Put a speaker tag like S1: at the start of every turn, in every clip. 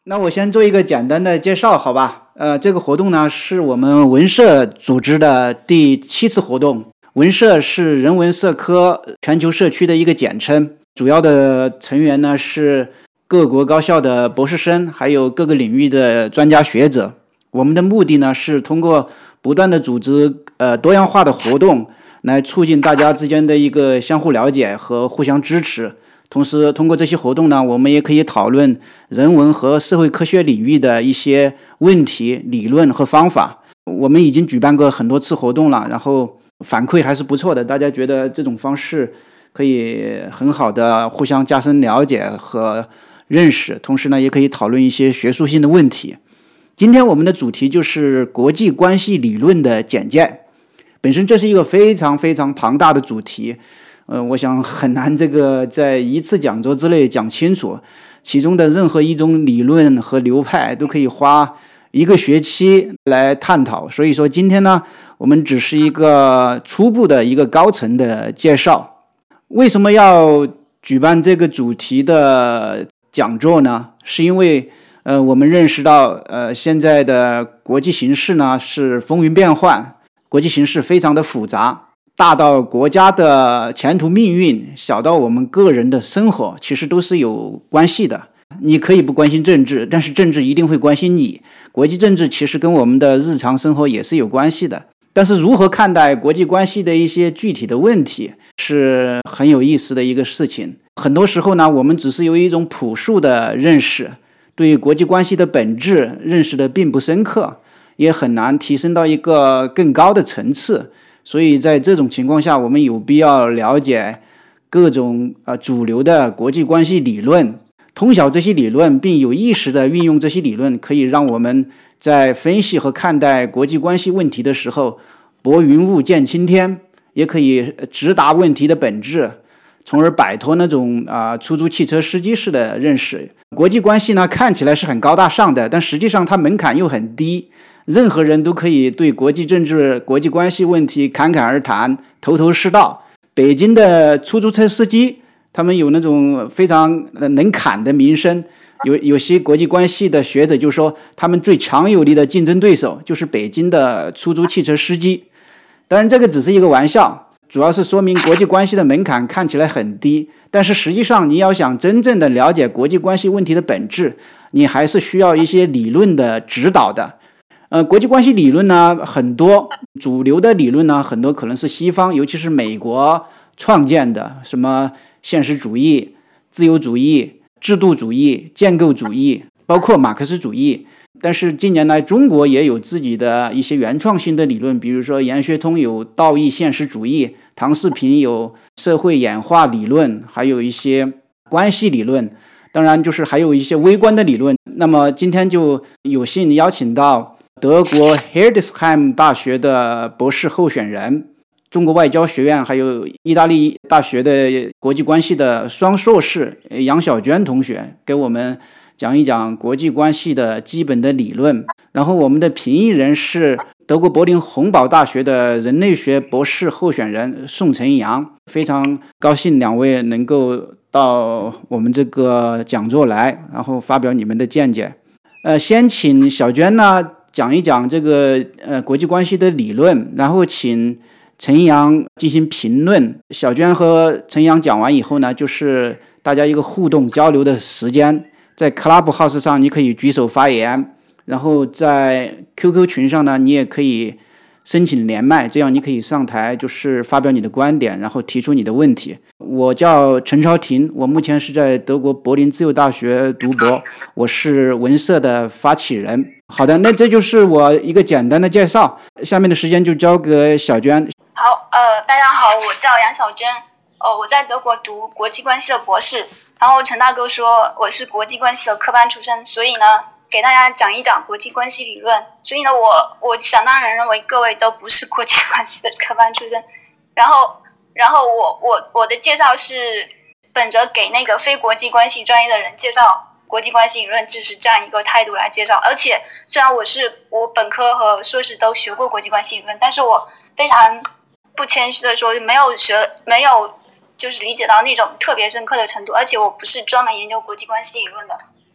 S1: 那我先做一个简单的介绍，好吧？这个活动呢是我们文社组织的第7次活动。文社是人文社科全球社区的一个简称，主要的成员呢是各国高校的博士生，还有各个领域的专家学者。我们的目的呢是通过不断的组织多样化的活动，来促进大家之间的一个相互了解和互相支持。同时通过这些活动呢，我们也可以讨论人文和社会科学领域的一些问题、理论和方法。我们已经举办过很多次活动了，然后反馈还是不错的，大家觉得这种方式可以很好的互相加深了解和认识，同时呢也可以讨论一些学术性的问题。今天我们的主题就是国际关系理论的简介。本身这是一个非常非常庞大的主题，我想很难在一次讲座之内讲清楚，其中的任何一种理论和流派都可以花1个学期来探讨。所以说今天呢，我们只是一个初步的一个高层的介绍。为什么要举办这个主题的讲座呢？是因为我们认识到现在的国际形势呢是风云变幻，国际形势非常的复杂，大到国家的前途命运，小到我们个人的生活，其实都是有关系的。你可以不关心政治，但是政治一定会关心你。国际政治其实跟我们的日常生活也是有关系的。但是如何看待国际关系的一些具体的问题，是很有意思的一个事情。很多时候呢，我们只是有一种朴素的认识，对国际关系的本质认识的并不深刻，也很难提升到一个更高的层次。所以在这种情况下，我们有必要了解各种主流的国际关系理论，通晓这些理论，并有意识地运用这些理论，可以让我们在分析和看待国际关系问题的时候，拨云雾见青天，也可以直达问题的本质，从而摆脱那种出租汽车司机式的认识。国际关系呢，看起来是很高大上的，但实际上它门槛又很低，任何人都可以对国际政治、国际关系问题侃侃而谈，头头是道。北京的出租车司机，他们有那种非常能侃的名声，有些国际关系的学者就说，他们最强有力的竞争对手就是北京的出租汽车司机。当然这个只是一个玩笑，主要是说明国际关系的门槛看起来很低，但是实际上你要想真正的了解国际关系问题的本质，你还是需要一些理论的指导的。国际关系理论呢，很多主流的理论呢，很多可能是西方，尤其是美国创建的，什么现实主义、自由主义、制度主义、建构主义，包括马克思主义。但是近年来中国也有自己的一些原创性的理论，比如说严学通有道义现实主义，唐世平有社会演化理论，还有一些关系理论，当然就是还有一些微观的理论。那么今天就有幸邀请到德国 Hildesheim 大学的博士候选人，中国外交学院还有意大利大学的国际关系的双硕士杨晓娟同学，给我们讲一讲国际关系的基本的理论。然后我们的评议人是德国柏林洪堡大学的人类学博士候选人宋晨阳。非常高兴两位能够到我们这个讲座来，然后发表你们的见解。先请小娟呢讲一讲这个国际关系的理论，然后请陈阳进行评论。小娟和陈阳讲完以后呢，就是大家一个互动交流的时间。在 Clubhouse 上你可以举手发言，然后在 QQ 群上呢，你也可以申请连麦，这样你可以上台就是发表你的观点，然后提出你的问题。我叫陈超廷，我目前是在德国柏林自由大学读博，我是文社的发起人。好的，那这就是我一个简单的介绍，下面的时间就交给小娟。
S2: 好，大家好，我叫杨小娟，我在德国读国际关系的博士。然后陈大哥说我是国际关系的科班出身，所以呢给大家讲一讲国际关系理论。所以呢我想当然认为各位都不是国际关系的科班出身。然后我的介绍是本着给那个非国际关系专业的人介绍国际关系理论知识这样一个态度来介绍。而且虽然我本科和硕士都学过国际关系理论，但是我非常不谦虚的说没有就是理解到那种特别深刻的程度，而且我不是专门研究国际关系理论的。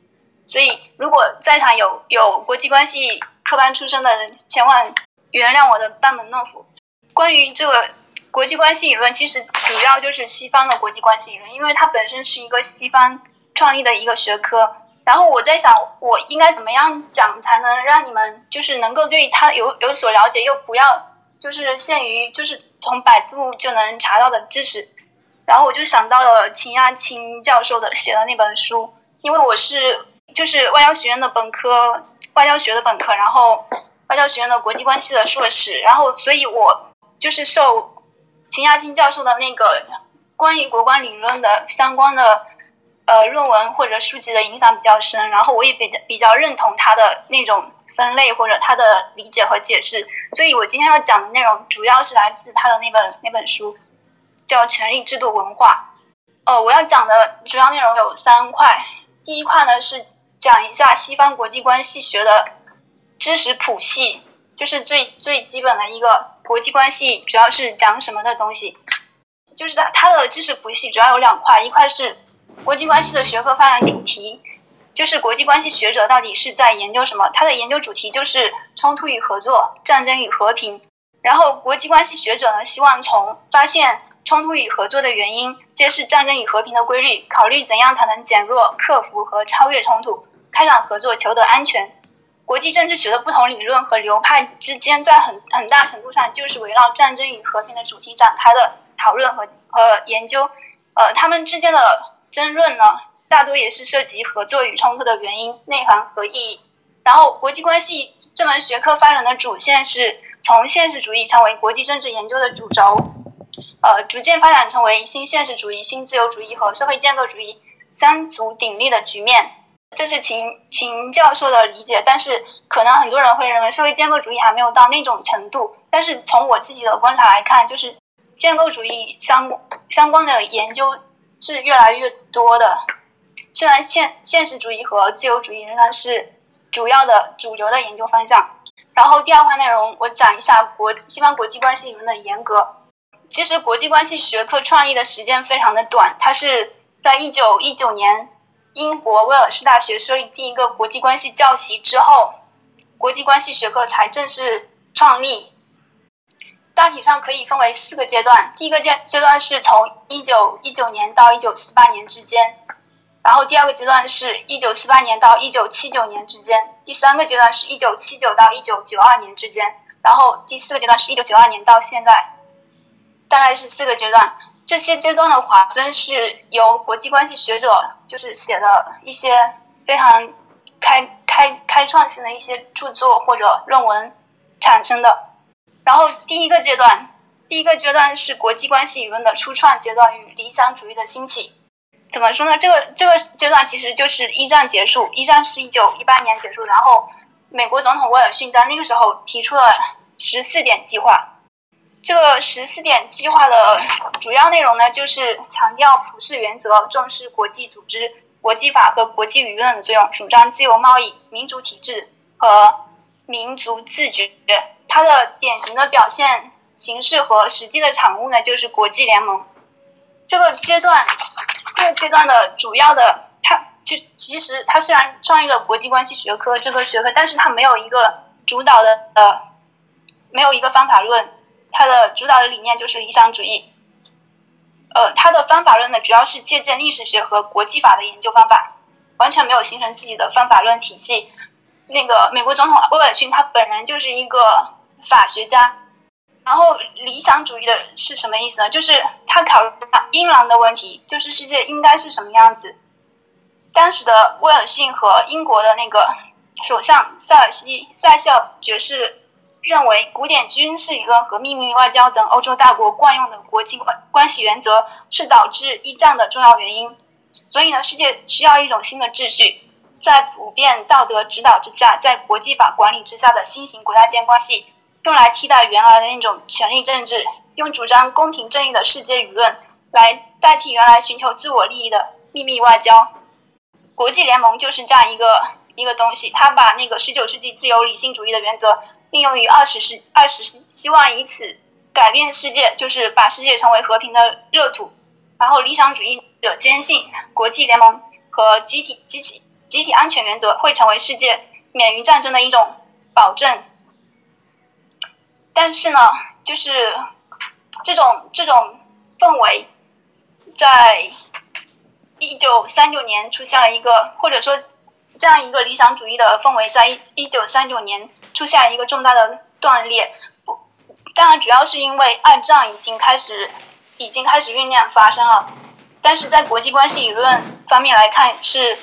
S2: 所以如果在场有国际关系科班出身的人，千万原谅我的班门弄斧。关于这个国际关系理论，其实主要就是西方的国际关系理论，因为它本身是一个西方创立的一个学科。然后我在想，我应该怎么样讲才能让你们就是能够对它有所了解，又不要就是限于就是从百度就能查到的知识。然后我就想到了秦亚青教授写的那本书，因为我是就是外交学院的本科，外交学的本科，然后外交学院的国际关系的硕士，然后所以我就是受秦亚青教授的那个关于国关理论的相关的论文或者书籍的影响比较深，然后我也比较认同他的那种分类或者他的理解和解释，所以我今天要讲的内容主要是来自他的那本书，叫《权力制度文化》。我要讲的主要内容有3块。第一块呢是讲一下西方国际关系学的知识谱系，就是最基本的一个国际关系主要是讲什么的东西。就是它的知识谱系主要有2块，一块是国际关系的学科发展主题，就是国际关系学者到底是在研究什么，它的研究主题就是冲突与合作、战争与和平。然后国际关系学者呢，希望从发现冲突与合作的原因，揭示战争与和平的规律，考虑怎样才能减弱、克服和超越冲突，开展合作，求得安全。国际政治学的不同理论和流派之间，在很大程度上就是围绕战争与和平的主题展开的讨论和研究。他们之间的争论呢，大多也是涉及合作与冲突的原因、内涵和意义。然后国际关系这门学科发展的主线是从现实主义成为国际政治研究的主轴，逐渐发展成为新现实主义、新自由主义和社会建构主义3足鼎立的局面。这是秦教授的理解，但是可能很多人会认为社会建构主义还没有到那种程度。但是从我自己的观察来看，就是建构主义相关的研究是越来越多的。虽然现实主义和自由主义仍然是主流的研究方向。然后第2块内容，我讲一下西方国际关系理论的严格。其实国际关系学科创立的时间非常的短，它是在1919年英国威尔士大学设立第一个国际关系教习之后，国际关系学科才正式创立。大体上可以分为4个阶段，第一个阶段是从1919年到1948年之间，然后第2个阶段是1948年到1979年之间，第3个阶段是1979到1992年之间，然后第4个阶段是1992年到现在，大概是4个阶段。这些阶段的划分是由国际关系学者就是写的一些非常开创性的一些著作或者论文产生的。然后第一个阶段是国际关系理论的初创阶段与理想主义的兴起。怎么说呢？这个阶段其实就是一战结束，一战是1918年结束，然后美国总统威尔逊在那个时候提出了14点计划。这个14点计划的主要内容呢，就是强调普世原则，重视国际组织、国际法和国际舆论的作用，主张自由贸易、民主体制和民族自觉。它的典型的表现形式和实际的产物呢，就是国际联盟。这个阶段的主要的，其实它虽然创立了国际关系学科这个学科，但是它没有一个主导的没有一个方法论。它的主导的理念就是理想主义。它的方法论呢，主要是借鉴历史学和国际法的研究方法，完全没有形成自己的方法论体系。那个美国总统威尔逊他本人就是一个法学家。然后理想主义的是什么意思呢？就是他考虑英朗的问题，就是世界应该是什么样子。当时的威尔逊和英国的那个首相塞西尔爵士认为，古典军事理论和秘密外交等欧洲大国惯用的国际关系原则是导致一战的重要原因。所以呢，世界需要一种新的秩序，在普遍道德指导之下，在国际法管理之下的新型国家间关系，用来替代原来的那种权力政治，用主张公平正义的世界舆论来代替原来寻求自我利益的秘密外交。国际联盟就是这样一个东西，它把那个19世纪自由理性主义的原则应用于20世纪，希望以此改变世界，就是把世界成为和平的热土。然后理想主义者坚信国际联盟和集集体安全原则会成为世界免于战争的一种保证。但是呢，就是这种氛围在1939年出现了一个，或者说这样一个理想主义的氛围在1939年出现了一个重大的断裂。当然主要是因为二战已经开始酝酿发生了，但是在国际关系理论方面来看，是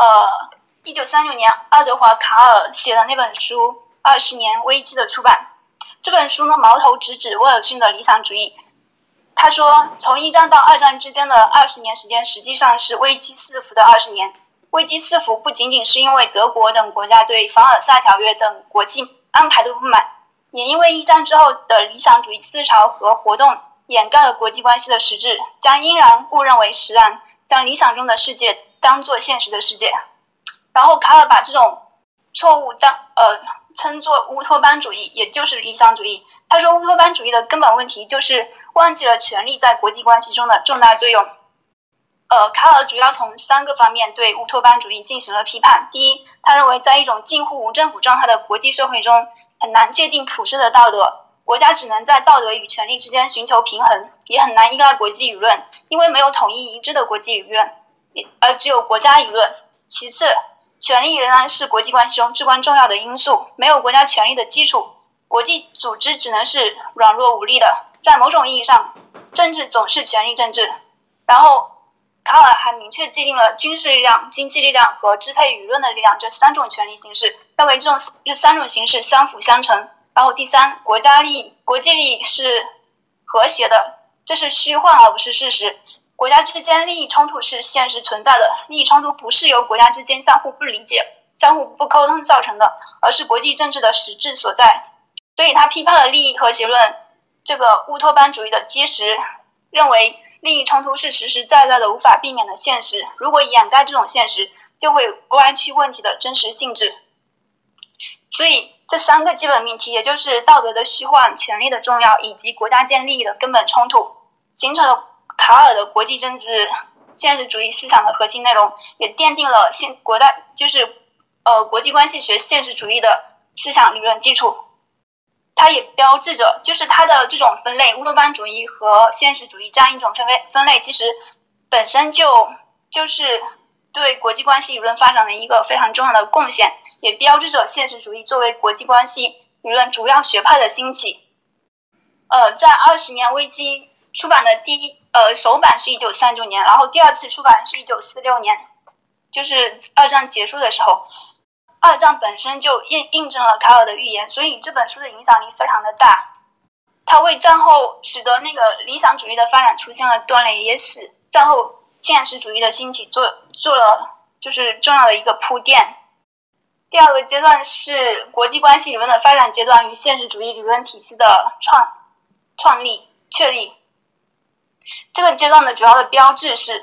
S2: 1936年爱德华·卡尔写的那本书《20年危机》的出版。这本书呢，矛头直指威尔逊的理想主义。他说，从一战到二战之间的20年时间，实际上是危机四伏的20年。危机四伏不仅仅是因为德国等国家对凡尔赛条约等国际安排的不满，也因为一战之后的理想主义思潮和活动掩盖了国际关系的实质，将应然误认为实然，将理想中的世界当作现实的世界。然后卡尔把这种错误称作乌托邦主义，也就是理想主义。他说，乌托邦主义的根本问题就是忘记了权力在国际关系中的重大作用。卡尔主要从3个方面对乌托邦主义进行了批判。第一，他认为在一种近乎无政府状态的国际社会中，很难界定普世的道德，国家只能在道德与权力之间寻求平衡，也很难依赖国际舆论，因为没有统一一致的国际舆论，而只有国家舆论。其次，权力仍然是国际关系中至关重要的因素，没有国家权力的基础，国际组织只能是软弱无力的。在某种意义上，政治总是权力政治。然后卡尔还明确界定了军事力量、经济力量和支配舆论的力量这3种权力形式，认为这3种形式相辅相成。然后第三，国际利益是和谐的，这是虚幻而不是事实。国家之间利益冲突是现实存在的，利益冲突不是由国家之间相互不理解、相互不沟通造成的，而是国际政治的实质所在。所以他批判了利益和谐论这个乌托邦主义的基石，认为利益冲突是实实在在的无法避免的现实，如果掩盖这种现实，就会歪曲问题的真实性质。所以这3个基本命题，也就是道德的虚幻、权力的重要以及国家间利益的根本冲突，形成了卡尔的国际政治现实主义思想的核心内容，也奠定了国际关系学现实主义的思想理论基础。它也标志着，就是它的这种分类，乌托邦主义和现实主义这样一种分类，其实本身就是对国际关系理论发展的一个非常重要的贡献，也标志着现实主义作为国际关系理论主要学派的兴起。在20年危机出版的首版是1939年，然后第2次出版是1946年，就是二战结束的时候。二战本身就印证了卡尔的预言，所以这本书的影响力非常的大。它为战后使得那个理想主义的发展出现了断裂，也使战后现实主义的兴起做了就是重要的一个铺垫。第2个阶段是国际关系理论的发展阶段与现实主义理论体系的确立。这个阶段的主要的标志是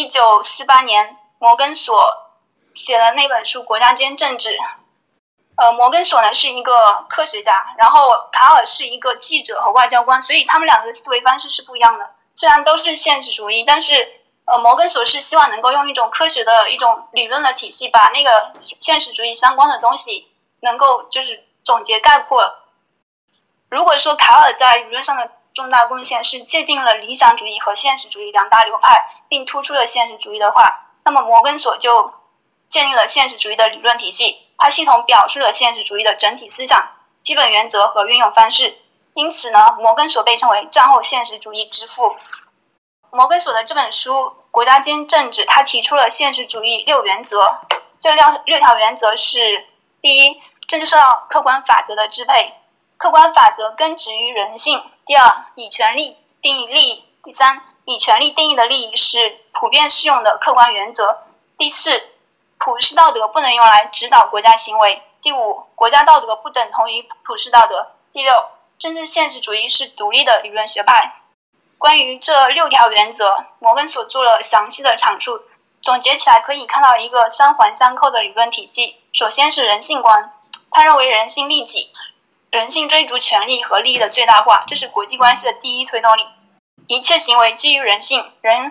S2: 1948年摩根索写了那本书《国家间政治》。摩根索呢是一个科学家，然后卡尔是一个记者和外交官，所以他们2个的思维方式是不一样的。虽然都是现实主义，但是摩根索是希望能够用一种科学的一种理论的体系，把那个现实主义相关的东西能够就是总结概括。如果说卡尔在理论上的重大贡献是界定了理想主义和现实主义2大流派，并突出了现实主义的话，那么摩根索就建立了现实主义的理论体系，它系统表述了现实主义的整体思想、基本原则和运用方式。因此呢，摩根索被称为战后现实主义之父。摩根索的这本书《国家间政治》，他提出了现实主义6原则。这6条原则是：第一，政治受到客观法则的支配，客观法则根植于人性；第二，以权力定义利益；第三，以权力定义的利益是普遍适用的客观原则；第四，普世道德不能用来指导国家行为；第五，国家道德不等同于普世道德；第六，政治现实主义是独立的理论学派。关于这6条原则，摩根索做了详细的阐述，总结起来可以看到一个3环相扣的理论体系。首先是人性观，他认为人性利己，人性追逐权利和利益的最大化，这是国际关系的第一推动力。一切行为基于人性，人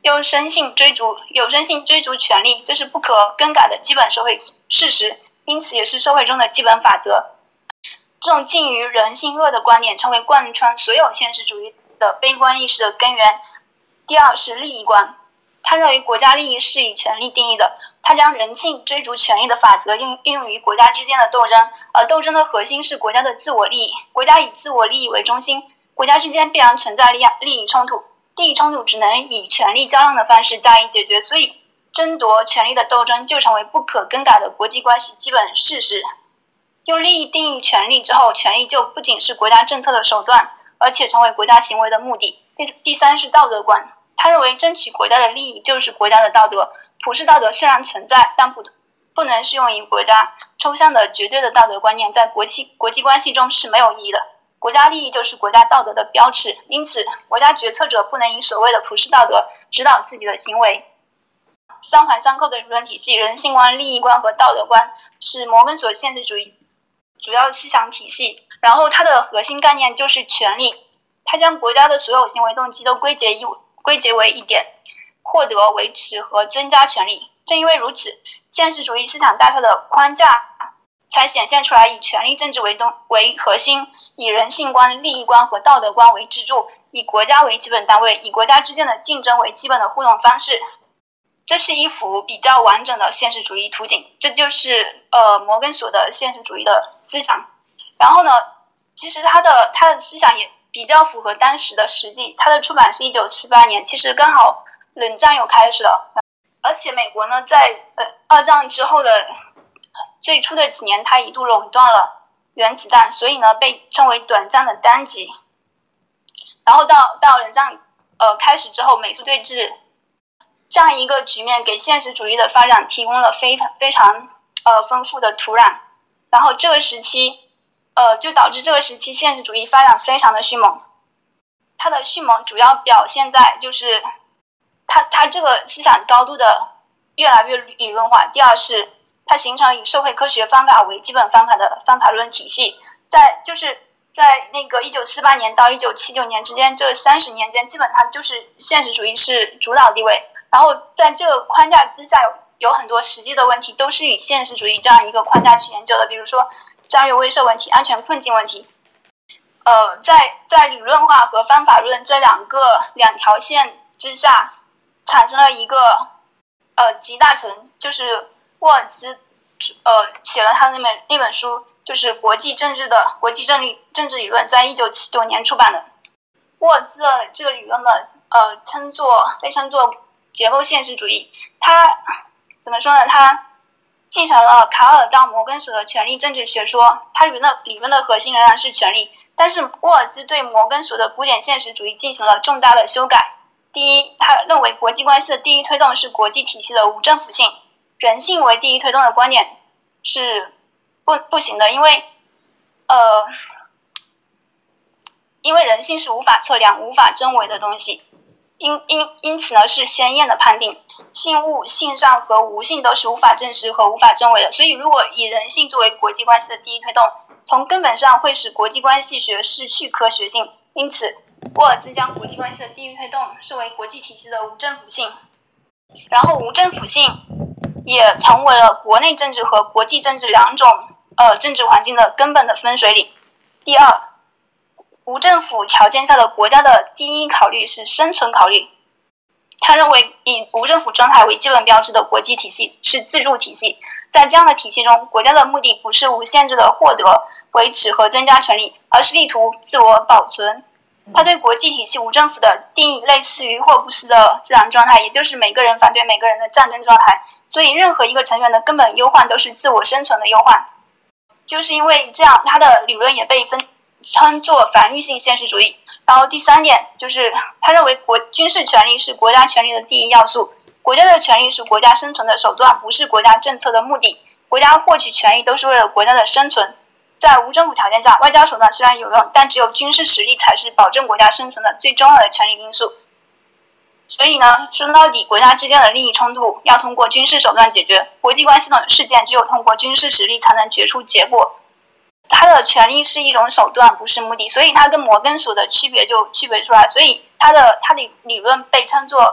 S2: 有生性追逐权利，这是不可更改的基本社会事实，因此也是社会中的基本法则。这种近于人性恶的观点成为贯穿所有现实主义的悲观意识的根源。第二是利益观，他认为国家利益是以权力定义的，他将人性追逐权力的法则应用于国家之间的斗争，而斗争的核心是国家的自我利益，国家以自我利益为中心，国家之间必然存在利益冲突，利益冲突只能以权力较量的方式加以解决，所以争夺权力的斗争就成为不可更改的国际关系基本事实。用利益定义权力之后，权力就不仅是国家政策的手段，而且成为国家行为的目的。第三是道德观，他认为争取国家的利益就是国家的道德，普世道德虽然存在，但不能适用于国家，抽象的绝对的道德观念在国际关系中是没有意义的。国家利益就是国家道德的标尺，因此国家决策者不能以所谓的普世道德指导自己的行为。三环相扣的理论体系，人性观、利益观和道德观是摩根索现实主义主要思想体系，然后它的核心概念就是权利，它将国家的所有行为动机都归结为一点：获得、维持和增加权利。正因为如此，现实主义思想大厦的框架才显现出来以权力政治为核心，以人性观、利益观和道德观为支柱，以国家为基本单位，以国家之间的竞争为基本的互动方式。这是一幅比较完整的现实主义图景，这就是摩根索的现实主义的思想。然后呢，其实他的思想也比较符合当时的实际，他的出版是1948年，其实刚好冷战又开始了，而且美国呢在二战之后的最初的几年，它一度垄断了原子弹，所以呢被称为短暂的单极。然后到冷战开始之后，美苏对峙这样一个局面给现实主义的发展提供了非常丰富的土壤，然后这个时期就导致这个时期现实主义发展非常的迅猛。它的迅猛主要表现在就是它这个思想高度的越来越理论化。第二是它形成以社会科学方法为基本方法的方法论体系，在那个1948年到1979年之间，这30年间基本上就是现实主义是主导地位。然后在这个框架之下有很多实际的问题都是以现实主义这样一个框架去研究的，比如说战略威慑问题、安全困境问题。在理论化和方法论这两条线之下，产生了一个集大成，就是沃尔兹写了他的那本书，就是国际政治理论，在1979年出版的。沃尔兹的这个理论呢被称作结构现实主义。他怎么说呢？他继承了卡尔到摩根索的权力政治学说，他理论的核心仍然是权力，但是沃尔兹对摩根索的古典现实主义进行了重大的修改。第一，他认为国际关系的第一推动是国际体系的无政府性，人性为第一推动的观点是不行的，因为人性是无法测量、无法真伪的东西。因此呢，是先验的判定，性物、性上和无性都是无法证实和无法真伪的。所以如果以人性作为国际关系的第一推动，从根本上会使国际关系学失去科学性。因此沃尔兹将国际关系的第一推动视为国际体系的无政府性，然后无政府性也成为了国内政治和国际政治两种政治环境的根本的分水岭。第二，无政府条件下的国家的第一考虑是生存考虑。他认为以无政府状态为基本标志的国际体系是自助体系，在这样的体系中，国家的目的不是无限制的获得、维持和增加权利，而是力图自我保存。他对国际体系无政府的定义类似于霍布斯的自然状态，也就是每个人反对每个人的战争状态，所以任何一个成员的根本忧患都是自我生存的忧患。就是因为这样，他的理论也被称作防御性现实主义。然后第三点就是他认为军事权力是国家权力的第一要素，国家的权力是国家生存的手段，不是国家政策的目的，国家获取权力都是为了国家的生存。在无政府条件下，外交手段虽然有用，但只有军事实力才是保证国家生存的最重要的权力因素。所以呢，说到底，国家之间的利益冲突要通过军事手段解决，国际关系的事件只有通过军事实力才能决出结果。他的权力是一种手段，不是目的，所以他跟摩根索的区别就区别出来，所以他的理论被称作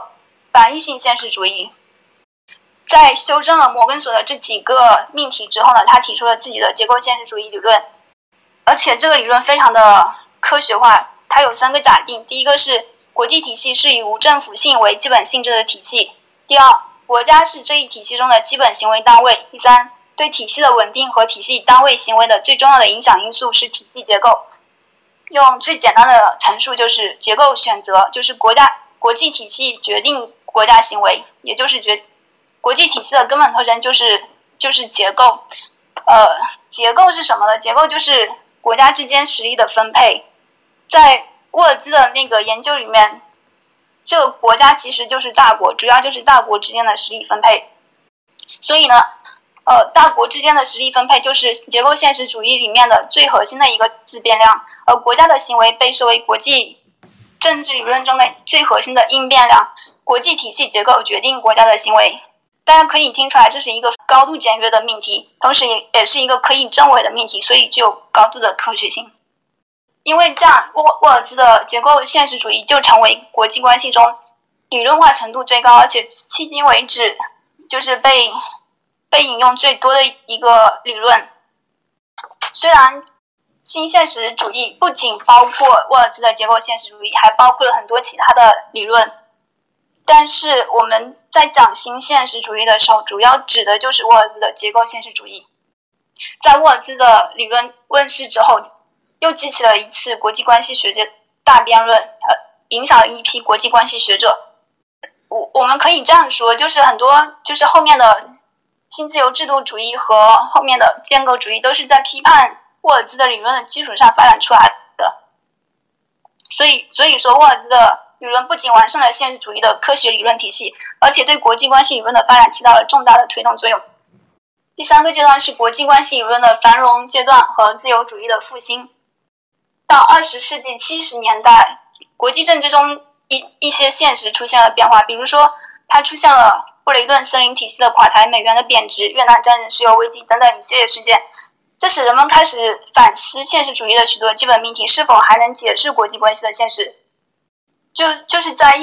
S2: 反异性现实主义。在修正了摩根索的这几个命题之后呢，他提出了自己的结构现实主义理论，而且这个理论非常的科学化，它有3个假定。第一个是国际体系是以无政府性为基本性质的体系，第二，国家是这一体系中的基本行为单位，第三，对体系的稳定和体系单位行为的最重要的影响因素是体系结构。用最简单的陈述就是结构选择，就是国际体系决定国家行为，也就是国际体系的根本特征就是结构。结构是什么呢？结构就是国家之间实力的分配。在沃尔兹的那个研究里面，这个国家其实就是大国，主要就是大国之间的实力分配。所以呢，大国之间的实力分配就是结构现实主义里面的最核心的一个自变量，而国家的行为被视为国际政治理论中的最核心的应变量。国际体系结构决定国家的行为。大家可以听出来，这是一个高度简约的命题，同时也是一个可以证伪的命题，所以具有高度的科学性。因为这样，沃尔兹的结构现实主义就成为国际关系中理论化程度最高，而且迄今为止就是被引用最多的一个理论。虽然新现实主义不仅包括沃尔兹的结构现实主义，还包括了很多其他的理论，但是我们在讲新现实主义的时候，主要指的就是沃尔兹的结构现实主义。在沃尔兹的理论问世之后，又激起了一次国际关系学界大辩论，影响了一批国际关系学者。我们可以这样说，就是很多就是后面的新自由制度主义和后面的建构主义都是在批判沃尔兹的理论的基础上发展出来的。所以说沃尔兹的理论不仅完善了现实主义的科学理论体系，而且对国际关系理论的发展起到了重大的推动作用。第3个阶段是国际关系理论的繁荣阶段和自由主义的复兴。到20世纪70年代，国际政治中一些现实出现了变化，比如说它出现了布雷顿森林体系的垮台、美元的贬值、越南战争、石油危机等等一系列事件，这使人们开始反思现实主义的许多基本命题是否还能解释国际关系的现实。就是在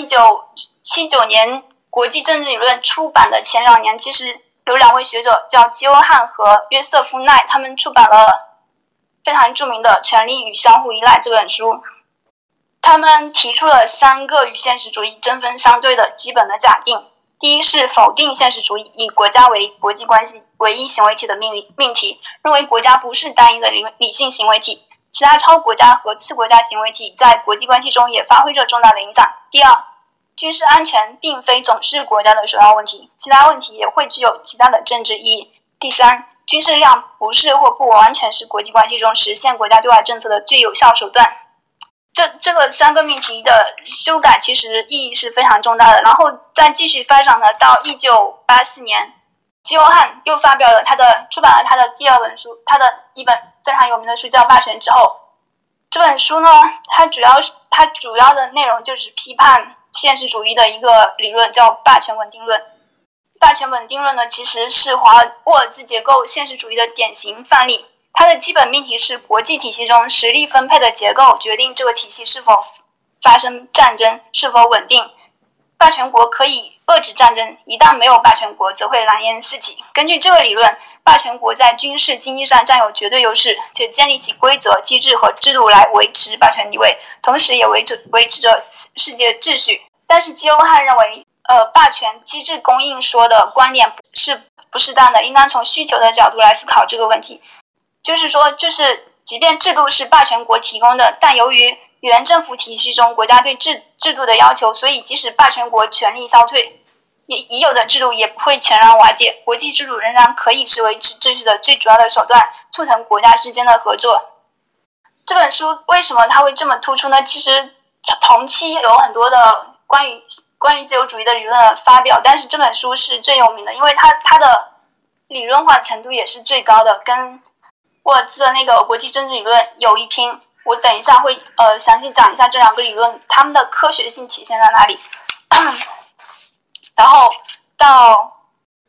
S2: 1979年国际政治理论出版的前2年，其实有2位学者叫基欧汉和约瑟夫奈，他们出版了非常著名的《权力与相互依赖》这本书。他们提出了3个与现实主义针锋相对的基本的假定。第一是否定现实主义以国家为国际关系唯一行为体的命题，认为国家不是单一的理性行为体，其他超国家和次国家行为体在国际关系中也发挥着重大的影响。第二，军事安全并非总是国家的首要问题，其他问题也会具有其他的政治意义。第三，军事力量不是或不完全是国际关系中实现国家对外政策的最有效手段。这个3个命题的修改其实意义是非常重大的。然后再继续发展的到1984年，基欧汉又出版了他的第2本书，他的一本非常有名的书叫《霸权》之后，这本书呢，它主要的内容就是批判现实主义的一个理论，叫霸权稳定论。霸权稳定论呢，其实是沃尔兹结构现实主义的典型范例。它的基本命题是国际体系中实力分配的结构决定这个体系是否发生战争，是否稳定。霸权国可以遏制战争，一旦没有霸权国则会蓝烟四起。根据这个理论，霸权国在军事经济上占有绝对优势，且建立起规则机制和制度来维持霸权地位，同时也维持着世界秩序。但是基欧汉认为霸权机制供应说的观点是不适当的，应当从需求的角度来思考这个问题。就是说，即便制度是霸权国提供的，但由于原政府体系中国家对制度的要求，所以即使霸权国权力消退，已有的制度也不会全然瓦解，国际制度仍然可以是维持秩序的最主要的手段，促成国家之间的合作。这本书为什么它会这么突出呢？其实同期有很多的关于自由主义的理论的发表，但是这本书是最有名的，因为它的理论化程度也是最高的，跟沃尔兹的那个国际政治理论有一拼。我等一下会详细讲一下这2个理论它们的科学性体现在哪里。然后到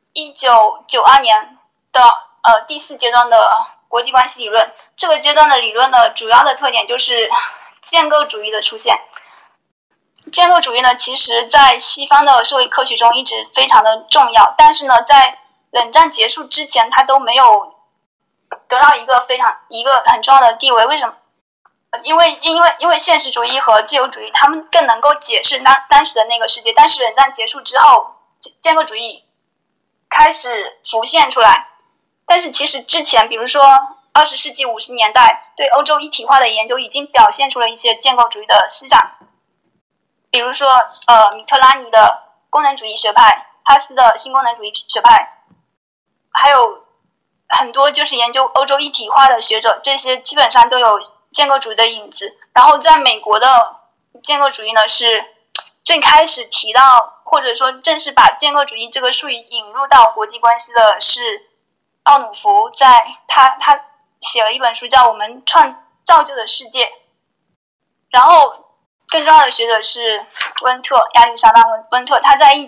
S2: 1992年的第4阶段的国际关系理论，这个阶段的理论的主要的特点就是建构主义的出现。 建构主义呢，其实在西方的社会科学中一直非常的重要，但是呢，在冷战结束之前，它都没有得到一个很重要的地位。为什么？因为现实主义和自由主义，他们更能够解释当时的那个世界，但是冷战结束之后，建构主义开始浮现出来。但是其实之前，比如说20世纪50年代对欧洲一体化的研究已经表现出了一些建构主义的思想，比如说米特拉尼的功能主义学派，哈斯的新功能主义学派，还有很多就是研究欧洲一体化的学者，这些基本上都有建构主义的影子。然后在美国的建构主义呢，是最开始提到或者说正式把建构主义这个术语引入到国际关系的是奥努福，在他写了一本书叫《我们造就的世界》。然后更重要的学者是温特，亚历山大温特，他在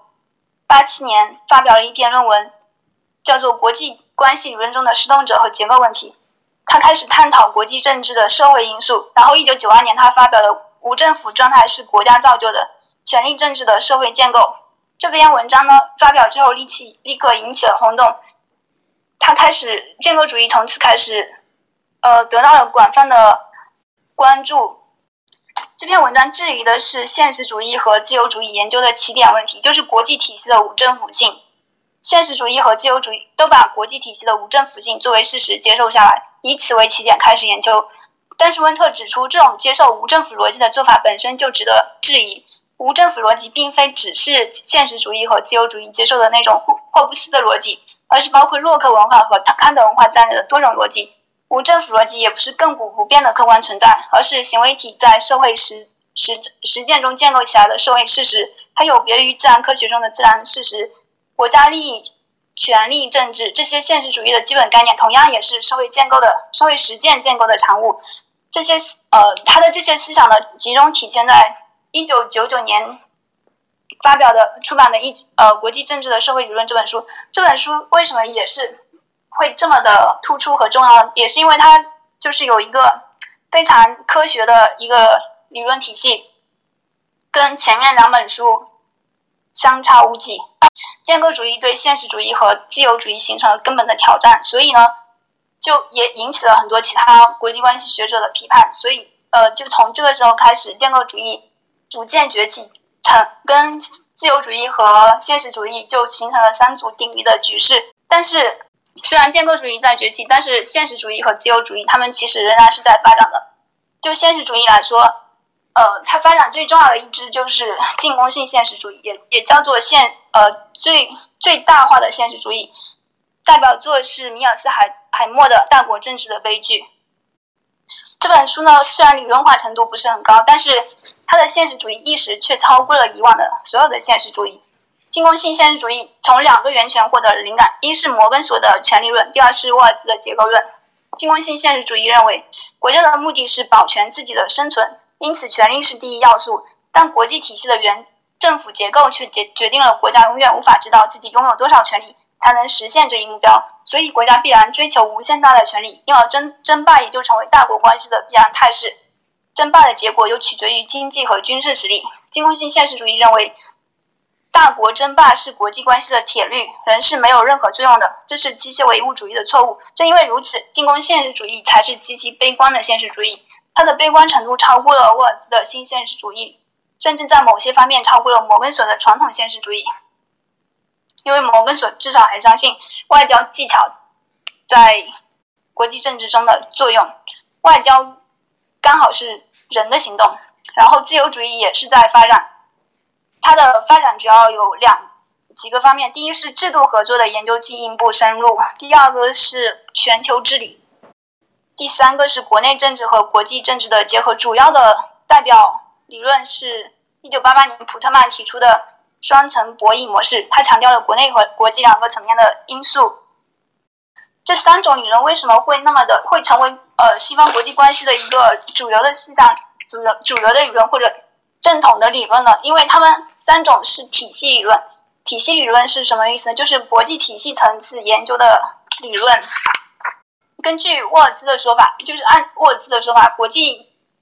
S2: 1987年发表了一篇论文，叫做《国际关系理论中的施动者和结构问题》。他开始探讨国际政治的社会因素。然后1992年他发表了《无政府状态是国家造就的权力政治的社会建构》。这篇文章呢发表之后立刻引起了轰动，建构主义从此开始得到了广泛的关注。这篇文章质疑的是现实主义和自由主义研究的起点问题，就是国际体系的无政府性。现实主义和自由主义都把国际体系的无政府性作为事实接受下来，以此为起点开始研究。但是温特指出，这种接受无政府逻辑的做法本身就值得质疑。无政府逻辑并非只是现实主义和自由主义接受的那种霍布斯的逻辑，而是包括洛克文化和康德文化在内的多种逻辑。无政府逻辑也不是亘古不变的客观存在，而是行为体在社会实践中建构起来的社会事实，它有别于自然科学中的自然事实。国家利益、权力、政治，这些现实主义的基本概念同样也是社会实践建构的产物。他的这些思想呢，集中体现在1999年出版的国际政治的社会理论这本书。这本书为什么也是会这么的突出和重要，也是因为它就是有一个非常科学的一个理论体系，跟前面2本书相差无几。建构主义对现实主义和自由主义形成了根本的挑战，所以呢就也引起了很多其他国际关系学者的批判。所以就从这个时候开始，建构主义逐渐崛起，跟自由主义和现实主义就形成了3足鼎立的局势。但是虽然建构主义在崛起，但是现实主义和自由主义它们其实仍然是在发展的。就现实主义来说，它发展最重要的一支就是进攻性现实主义，也叫做最大化的现实主义。代表作是米尔斯海默的《大国政治的悲剧》。这本书呢，虽然理论化程度不是很高，但是它的现实主义意识却超过了以往的所有的现实主义。进攻性现实主义从2个源泉获得了灵感，一是摩根索的权力论，第二是沃尔兹的结构论。进攻性现实主义认为，国家的目的是保全自己的生存，因此权力是第一要素，但国际体系的原政府结构却决定了国家永远无法知道自己拥有多少权力才能实现这一目标，所以国家必然追求无限大的权力，因而争霸也就成为大国关系的必然态势。争霸的结果又取决于经济和军事实力。进攻性现实主义认为，大国争霸是国际关系的铁律，人是没有任何作用的，这是机械唯物主义的错误。正因为如此，进攻现实主义才是极其悲观的现实主义，它的悲观程度超过了沃尔兹的新现实主义，甚至在某些方面超过了摩根索的传统现实主义。因为摩根索至少还相信外交技巧在国际政治中的作用，外交刚好是人的行动。然后自由主义也是在发展，它的发展主要有几个方面，第一是制度合作的研究进一步深入，第二个是全球治理，第三个是国内政治和国际政治的结合。主要的代表理论是1988年普特曼提出的双层博弈模式，他强调了国内和国际2个层面的因素。这3种理论为什么会成为西方国际关系的一个主流的思想、主流的理论或者正统的理论呢？因为他们3种是体系理论。体系理论是什么意思呢？就是国际体系层次研究的理论。根据沃尔兹的说法，就是按沃尔兹的说法，国际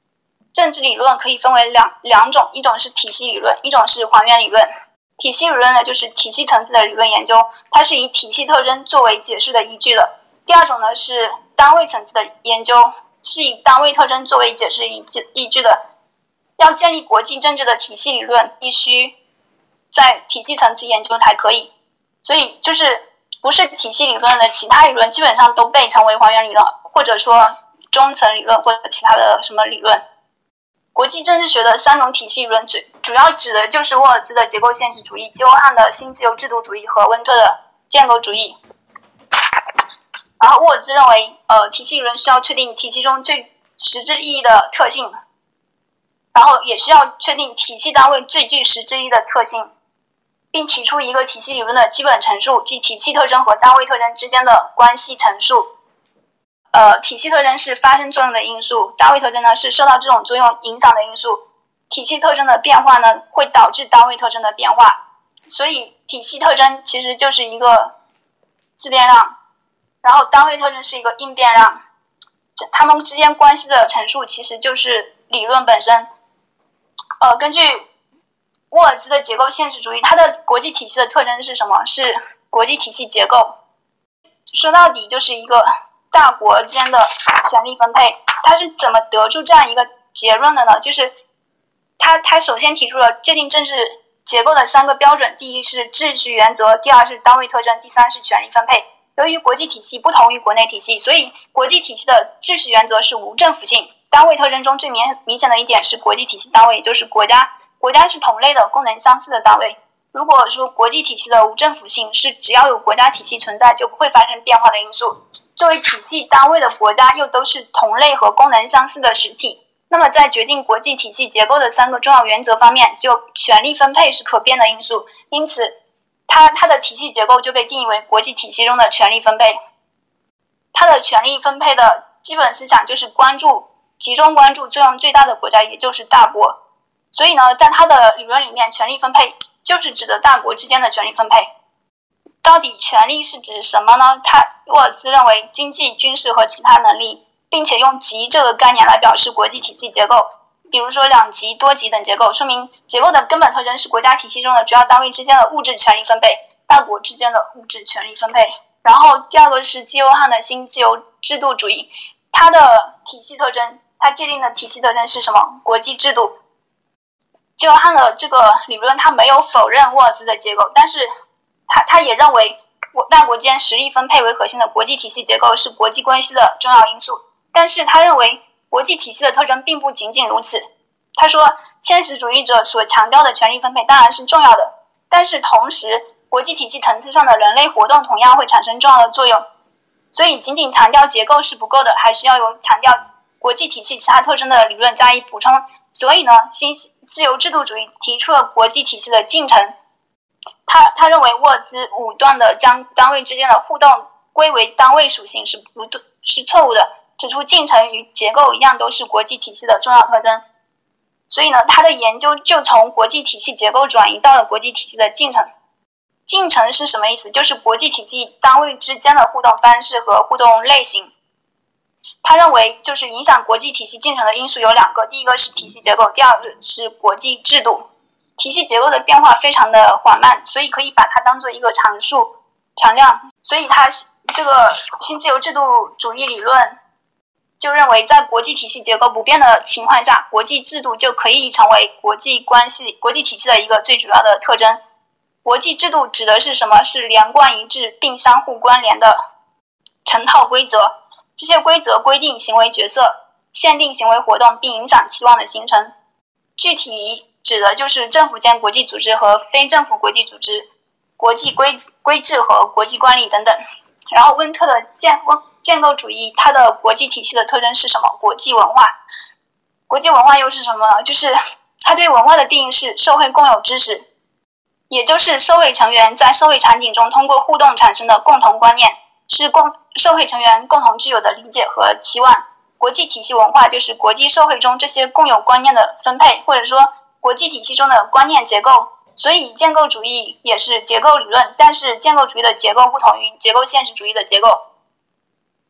S2: 政治理论可以分为两种，一种是体系理论，一种是还原理论。体系理论呢，就是体系层次的理论研究，它是以体系特征作为解释的依据的。第二种呢是单位层次的研究，是以单位特征作为解释依据的。要建立国际政治的体系理论，必须在体系层次研究才可以。所以就是不是体系理论的其他理论基本上都被称为还原理论，或者说中层理论或者其他的什么理论。国际政治学的三种体系理论主要指的就是沃尔兹的结构现实主义、基欧汉的新自由制度主义和温特的建构主义。然后沃尔兹认为体系理论需要确定体系中最实质意义的特性，然后也需要确定体系单位最具实质意义的特性，并提出一个体系理论的基本陈述，即体系特征和单位特征之间的关系陈述。体系特征是发生作用的因素，单位特征呢是受到这种作用影响的因素。体系特征的变化呢会导致单位特征的变化，所以体系特征其实就是一个自变量，然后单位特征是一个应变量，它们之间关系的陈述其实就是理论本身。根据沃尔兹的结构现实主义，它的国际体系的特征是什么？是国际体系结构。说到底就是一个大国间的权力分配。它是怎么得出这样一个结论的呢？就是他首先提出了界定政治结构的三个标准，第一是秩序原则，第二是单位特征，第三是权力分配。由于国际体系不同于国内体系，所以国际体系的秩序原则是无政府性。单位特征中最明显的一点是国际体系单位，也就是国家是同类的功能相似的单位。如果说国际体系的无政府性是只要有国家体系存在就不会发生变化的因素，作为体系单位的国家又都是同类和功能相似的实体，那么在决定国际体系结构的三个重要原则方面，就权力分配是可变的因素，因此它的体系结构就被定义为国际体系中的权力分配。它的权力分配的基本思想就是集中关注作用最大的国家，也就是大国。所以呢，在它的理论里面，权力分配就是指的大国之间的权力分配。到底权力是指什么呢？沃尔兹认为经济、军事和其他能力，并且用级这个概念来表示国际体系结构。比如说两级、多级等结构，说明结构的根本特征是国家体系中的主要单位之间的物质权力分配，大国之间的物质权力分配。然后第二个是基欧汉的新自由制度主义，它的体系特征，它界定的体系特征是什么？国际制度。基欧汉的这个理论，他没有否认沃尔兹的结构，但是他也认为大国间实力分配为核心的国际体系结构是国际关系的重要因素。但是他认为国际体系的特征并不仅仅如此。他说，现实主义者所强调的权力分配当然是重要的，但是同时国际体系层次上的人类活动同样会产生重要的作用。所以仅仅强调结构是不够的，还是要有强调国际体系其他特征的理论加以补充。所以呢，新自由制度主义提出了国际体系的进程。他认为沃尔兹武断的将单位之间的互动归为单位属性是错误的，指出进程与结构一样都是国际体系的重要特征。所以呢，他的研究就从国际体系结构转移到了国际体系的进程。进程是什么意思？就是国际体系单位之间的互动方式和互动类型。他认为就是影响国际体系进程的因素有两个，第一个是体系结构，第二个是国际制度。体系结构的变化非常的缓慢，所以可以把它当做一个常量。所以他这个新自由制度主义理论就认为，在国际体系结构不变的情况下，国际制度就可以成为国际体系的一个最主要的特征。国际制度指的是什么？是连贯一致并相互关联的成套规则。这些规则规定行为决策，限定行为活动，并影响期望的形成。具体指的就是政府间国际组织和非政府国际组织、国际规制和国际惯例等等。然后温特的建构主义，它的国际体系的特征是什么？国际文化。国际文化又是什么呢？就是它对文化的定义是社会共有知识，也就是社会成员在社会场景中通过互动产生的共同观念，是社会成员共同具有的理解和期望。国际体系文化就是国际社会中这些共有观念的分配，或者说国际体系中的观念结构。所以建构主义也是结构理论，但是建构主义的结构不同于结构现实主义的结构。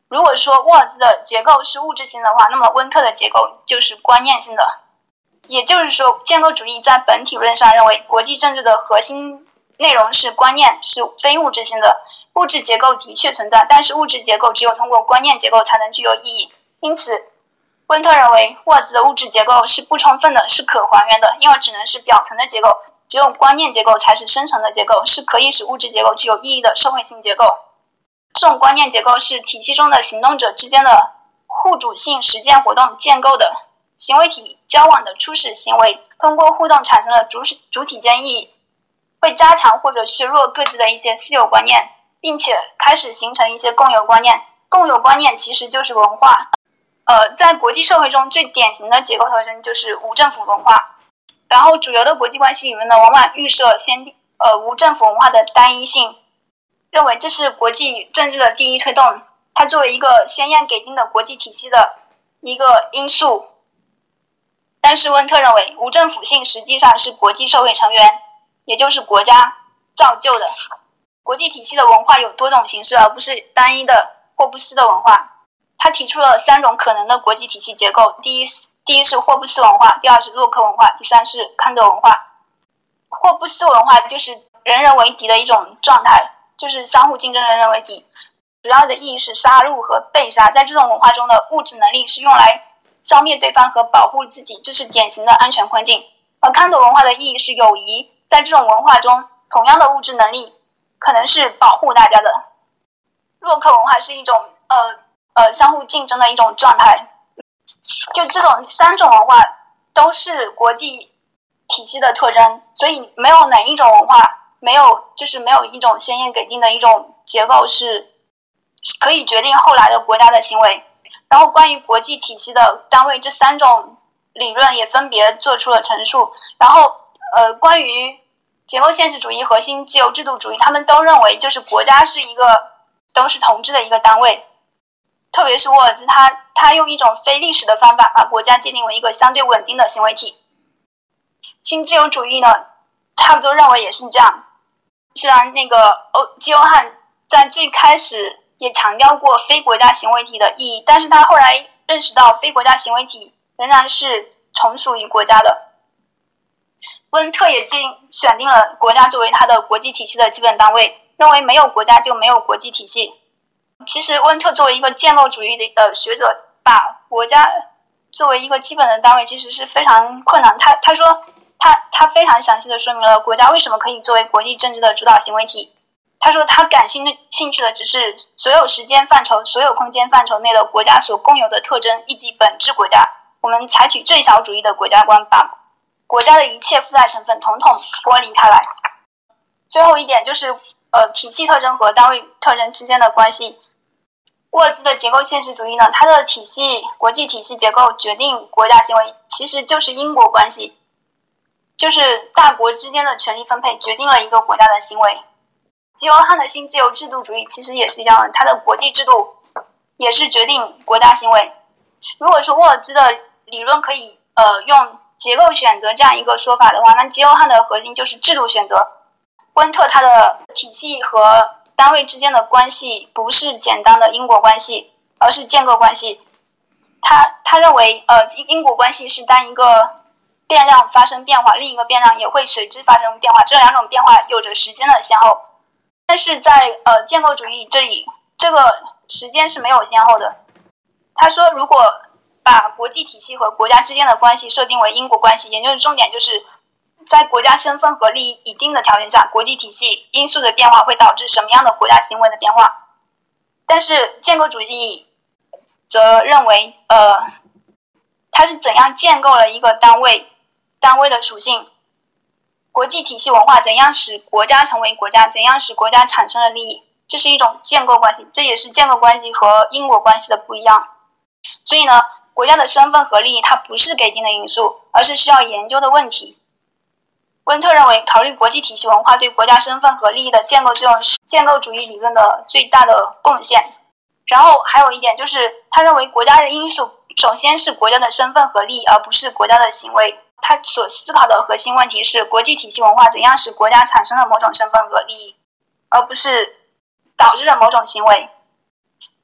S2: 如果说沃尔兹的结构是物质性的话，那么温特的结构就是观念性的。也就是说，建构主义在本体论上认为国际政治的核心内容是观念，是非物质性的。物质结构的确存在，但是物质结构只有通过观念结构才能具有意义。因此温特认为沃尔兹的物质结构是不充分的，是可还原的，因为只能是表层的结构，只有观念结构才是深层的结构，是可以使物质结构具有意义的社会性结构。这种观念结构是体系中的行动者之间的互主性实践活动建构的，行为体交往的初始行为通过互动产生了主体间意义，会加强或者削弱各自的一些私有观念，并且开始形成一些共有观念。共有观念其实就是文化。在国际社会中最典型的结构特征就是无政府文化。然后主流的国际关系理论呢，往往预设无政府文化的单一性，认为这是国际政治的第一推动，它作为一个先验给定的国际体系的一个因素。但是温特认为无政府性实际上是国际社会成员，也就是国家造就的。国际体系的文化有多种形式，而不是单一的霍布斯的文化。他提出了3种可能的国际体系结构，第一是霍布斯文化，第二是洛克文化，第三是康德文化。霍布斯文化就是人人为敌的一种状态，就是相互竞争，人人为敌，主要的意义是杀戮和被杀。在这种文化中的物质能力是用来消灭对方和保护自己，这是典型的安全困境。而康德文化的意义是友谊，在这种文化中同样的物质能力可能是保护大家的。洛克文化是一种相互竞争的一种状态。就这种3种文化都是国际体系的特征，所以没有哪一种文化没有一种先验给定的一种结构是可以决定后来的国家的行为。然后关于国际体系的单位，这3种理论也分别做出了陈述。然后关于结构现实主义、核心自由制度主义，他们都认为就是国家是都是同质的一个单位。特别是沃尔兹他用一种非历史的方法把国家界定为一个相对稳定的行为体。新自由主义呢，差不多认为也是这样。虽然基欧汉在最开始也强调过非国家行为体的意义，但是他后来认识到非国家行为体仍然是从属于国家的。温特也选定了国家作为他的国际体系的基本单位，认为没有国家就没有国际体系。其实温特作为一个建构主义的学者，把国家作为一个基本的单位其实是非常困难。他说他非常详细的说明了国家为什么可以作为国际政治的主导行为体。他说他感兴趣的只是所有时间范畴、所有空间范畴内的国家所共有的特征，以及本质国家。我们采取最小主义的国家观，把国家的一切附带成分统统剥离开来。最后一点就是体系特征和单位特征之间的关系。沃尔兹的结构现实主义呢，它的国际体系结构决定国家行为，其实就是因果关系，就是大国之间的权力分配决定了一个国家的行为。基欧汉的新自由制度主义其实也是一样的，它的国际制度也是决定国家行为。如果说沃尔兹的理论可以用结构选择这样一个说法的话，那基欧汉的核心就是制度选择。温特他的体系和单位之间的关系不是简单的因果关系，而是间隔关系。他认为因果关系是当一个变量发生变化，另一个变量也会随之发生变化，这2种变化有着时间的先后。但是在建构主义这里，这个时间是没有先后的。他说如果把国际体系和国家之间的关系设定为因果关系，研究的重点就是在国家身份和利益一定的条件下，国际体系因素的变化会导致什么样的国家行为的变化。但是建构主义则认为它是怎样建构了一个单位的属性，国际体系文化怎样使国家成为国家，怎样使国家产生了利益，这是一种建构关系，这也是建构关系和因果关系的不一样。所以呢，国家的身份和利益它不是给定的因素，而是需要研究的问题。温特认为考虑国际体系文化对国家身份和利益的建构作用是建构主义理论的最大的贡献。然后还有一点就是他认为国家的因素首先是国家的身份和利益，而不是国家的行为。他所思考的核心问题是国际体系文化怎样使国家产生了某种身份和利益，而不是导致了某种行为。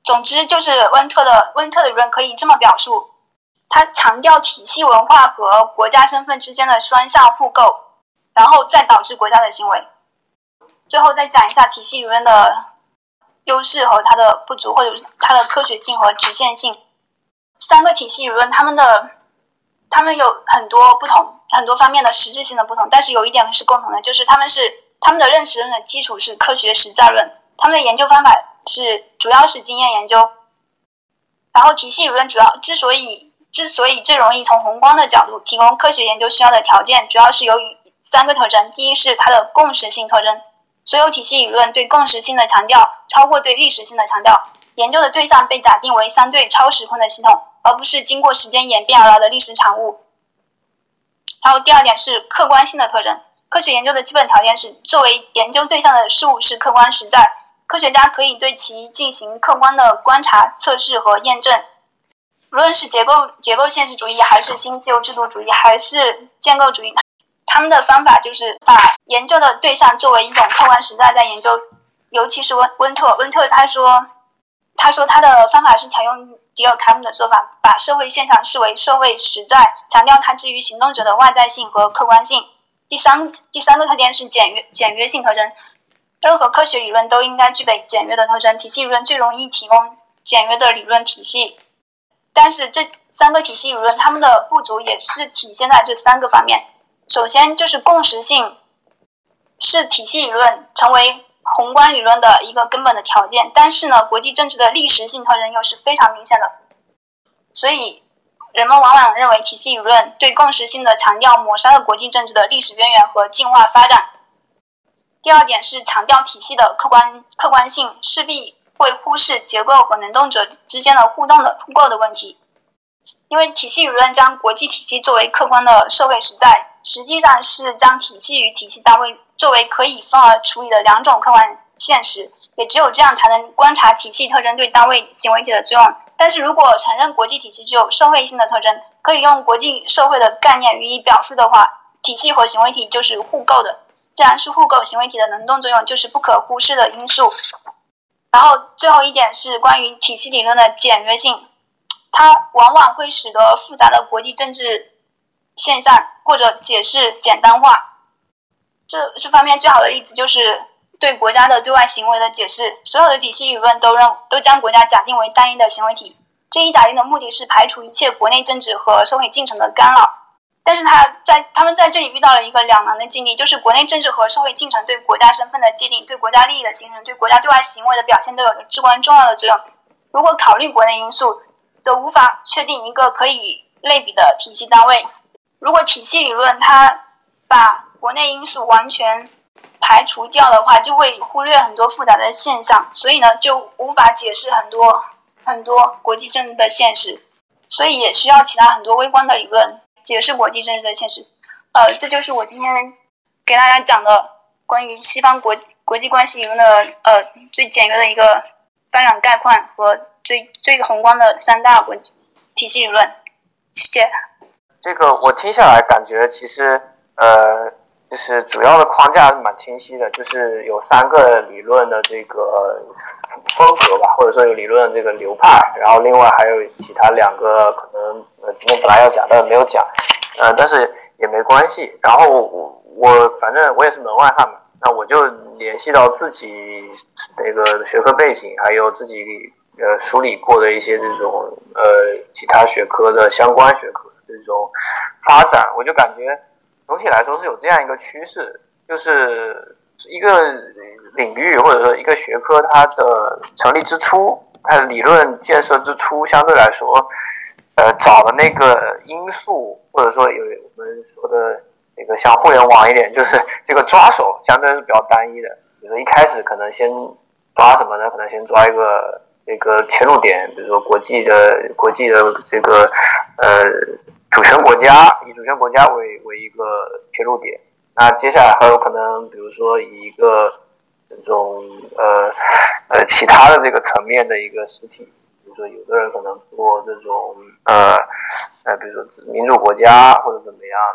S2: 总之就是温特理论可以这么表述，它强调体系文化和国家身份之间的双向互构，然后再导致国家的行为。最后再讲一下体系理论的优势和它的不足，或者是它的科学性和局限性。三个体系理论它们有很多方面的实质性的不同，但是有一点是共同的，就是他们的认识论的基础是科学实在论，他们的研究方法主要是经验研究。然后体系理论之所以最容易从宏观的角度提供科学研究需要的条件，主要是由于三个特征。第一是它的共识性特征，所有体系理论对共识性的强调超过对历史性的强调，研究的对象被假定为相对超时空的系统，而不是经过时间演变而来的历史产物。然后第二点是客观性的特征，科学研究的基本条件是作为研究对象的事物是客观实在，科学家可以对其进行客观的观察、测试和验证。无论是结构现实主义，还是新自由制度主义，还是建构主义，他们的方法就是把研究的对象作为一种客观实在在研究。尤其是温特他说他的方法是采用迪尔凯姆的做法，把社会现象视为社会实在，强调它置于行动者的外在性和客观性。第三个特点是简约性特征，任何科学理论都应该具备简约的特征，体系理论最容易提供简约的理论体系。但是这三个体系理论它们的不足也是体现在这三个方面。首先就是共识性是体系理论成为宏观理论的一个根本的条件，但是呢，国际政治的历史性特征又是非常明显的，所以人们往往认为体系理论对共识性的强调抹杀了国际政治的历史渊源和进化发展。第二点是强调体系的客观性，势必会忽视结构和能动者之间的互构的问题，因为体系理论将国际体系作为客观的社会实在，实际上是将体系与体系单位作为可以分而处理的两种客观现实，也只有这样才能观察体系特征对单位行为体的作用。但是如果承认国际体系具有社会性的特征，可以用国际社会的概念予以表述的话，体系和行为体就是互构的，既然是互构，行为体的能动作用就是不可忽视的因素。然后最后一点是关于体系理论的简约性，它往往会使得复杂的国际政治现象或者解释简单化。这方面最好的例子就是对国家的对外行为的解释，所有的体系理论都将国家假定为单一的行为体，这一假定的目的是排除一切国内政治和社会进程的干扰。但是他们在这里遇到了一个两难的境地，就是国内政治和社会进程对国家身份的界定、对国家利益的形成、对国家对外行为的表现都有着至关重要的作用。如果考虑国内因素，则无法确定一个可以类比的体系单位。如果体系理论它把国内因素完全排除掉的话，就会忽略很多复杂的现象，所以呢就无法解释很多国际政治的现实，所以也需要其他很多微观的理论解释国际政治的现实。这就是我今天给大家讲的关于西方国际关系理论的最简约的一个发展概况和最宏观的三大国际体系理论。谢谢。
S3: 这个我听下来感觉其实就是主要的框架蛮清晰的，就是有三个理论的这个风格吧，或者说有理论的这个流派，然后另外还有其他两个可能今天本来要讲但没有讲，但是也没关系。然后我反正我也是门外汉嘛，那我就联系到自己那个学科背景，还有自己梳理过的一些这种其他学科的相关学科的这种发展，我就感觉总体来说是有这样一个趋势，就是一个领域或者说一个学科它的成立之初，它的理论建设之初，相对来说找的那个因素，或者说有我们说的那个像互联网一点，就是这个抓手相对是比较单一的。比如说一开始可能先抓什么呢？可能先抓一个这个切入点，比如说国际的这个主权国家，以主权国家为一个切入点。那接下来还有可能，比如说以一个这种其他的这个层面的一个实体，比如说有的人可能做这种比如说民主国家或者怎么样，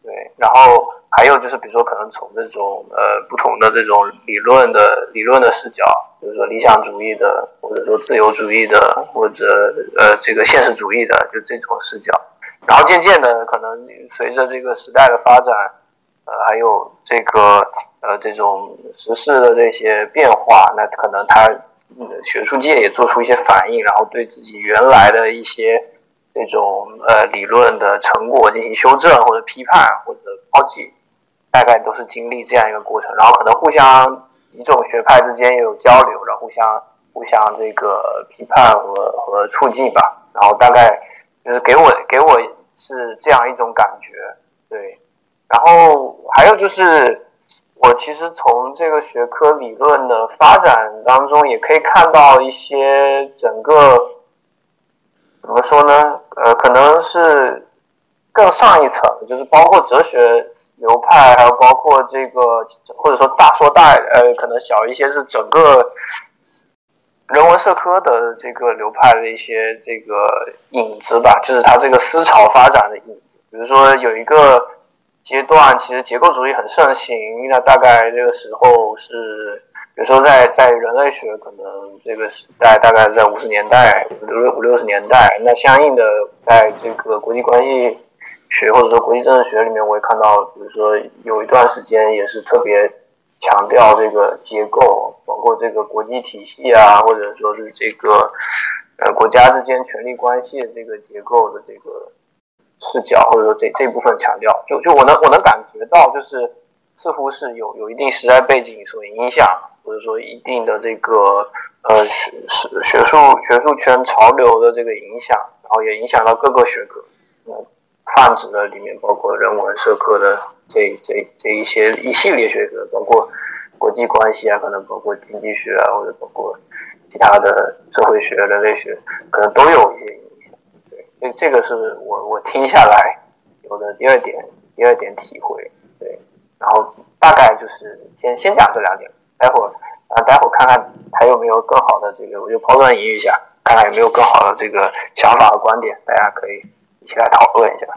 S3: 对，然后还有就是比如说可能从这种不同的这种理论的视角，比如说理想主义的，或者说自由主义的，或者这个现实主义的，就这种视角。然后渐渐的，可能随着这个时代的发展，还有这个这种时事的这些变化，那可能他学术界也做出一些反应，然后对自己原来的一些这种理论的成果进行修正或者批判或者抛弃，大概都是经历这样一个过程。然后可能互相几种学派之间也有交流，然后互相这个批判和促进吧。然后大概就是给我是这样一种感觉，对。然后还有就是我其实从这个学科理论的发展当中也可以看到一些整个怎么说呢，可能是更上一层，就是包括哲学流派，还有包括这个或者说可能小一些是整个人文社科的这个流派的一些这个影子吧，就是它这个思潮发展的影子。比如说有一个阶段其实结构主义很盛行，那大概这个时候是比如说在人类学可能这个时代大概在50年代50-60年代，那相应的在这个国际关系学或者说国际政治学里面，我也看到比如说有一段时间也是特别强调这个结构，包括这个国际体系啊，或者说是这个国家之间权力关系的这个结构的这个视角，或者说这部分强调，就我能感觉到，就是似乎是有一定时代背景所影响，或者说一定的这个学术圈潮流的这个影响，然后也影响到各个学科，泛指的里面包括人文社科的这一系列学科，包括国际关系啊，可能包括经济学啊，或者包括其他的社会学、人类学，可能都有一些影响。对，这个是我听下来有的第二点体会。对，然后大概就是先讲这2点，待会儿看看还有没有更好的这个，我就抛砖引玉一下，看看有没有更好的这个想法和观点，大家可以一起来讨论一下。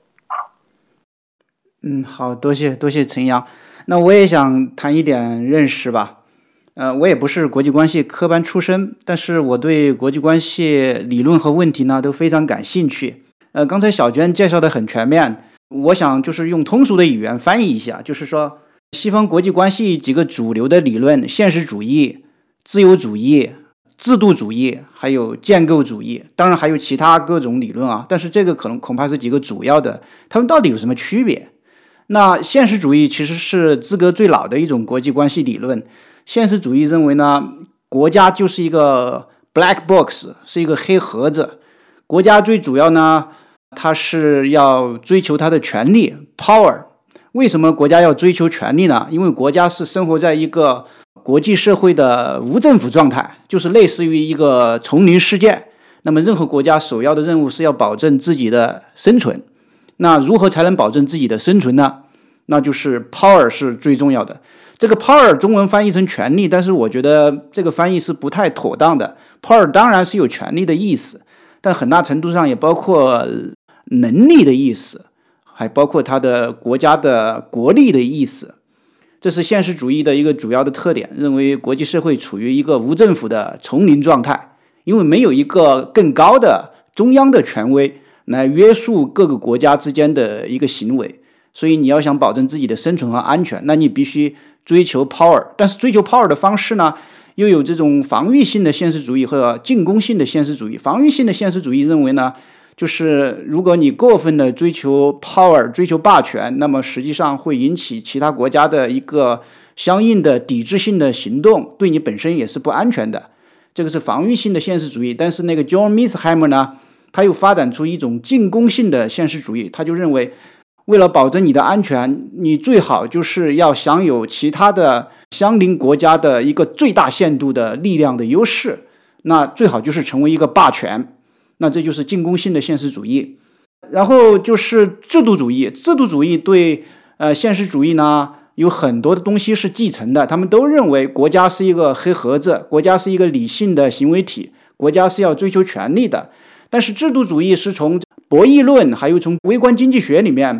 S1: 好，多谢陈阳。那我也想谈一点认识吧。我也不是国际关系科班出身，但是我对国际关系理论和问题呢都非常感兴趣。刚才小娟介绍的很全面，我想就是用通俗的语言翻译一下，就是说西方国际关系几个主流的理论，现实主义、自由主义、制度主义，还有建构主义，当然还有其他各种理论啊，但是这个恐怕是几个主要的，它们到底有什么区别？那现实主义其实是资格最老的一种国际关系理论。现实主义认为呢，国家就是一个 black box， 是一个黑盒子。国家最主要呢，它是要追求它的权利 power。为什么国家要追求权利呢？因为国家是生活在一个国际社会的无政府状态，就是类似于一个丛林世界。那么任何国家首要的任务是要保证自己的生存。那如何才能保证自己的生存呢？那就是 power 是最重要的。这个 power 中文翻译成权利，但是我觉得这个翻译是不太妥当的。power 当然是有权利的意思，但很大程度上也包括能力的意思，还包括它的国家的国力的意思。这是现实主义的一个主要的特点，认为国际社会处于一个无政府的丛林状态，因为没有一个更高的中央的权威来约束各个国家之间的一个行为，所以你要想保证自己的生存和安全，那你必须追求 power。 但是追求 power 的方式呢，又有这种防御性的现实主义和进攻性的现实主义。防御性的现实主义认为呢，就是如果你过分的追求 power， 追求霸权，那么实际上会引起其他国家的一个相应的抵制性的行动，对你本身也是不安全的。这个是防御性的现实主义。但是那个 John Mearsheimer 呢，他又发展出一种进攻性的现实主义，他就认为为了保证你的安全，你最好就是要享有其他的相邻国家的一个最大限度的力量的优势，那最好就是成为一个霸权，那这就是进攻性的现实主义。然后就是制度主义。制度主义对现实主义呢有很多的东西是继承的，他们都认为国家是一个黑盒子，国家是一个理性的行为体，国家是要追求权力的。但是制度主义是从博弈论还有从微观经济学里面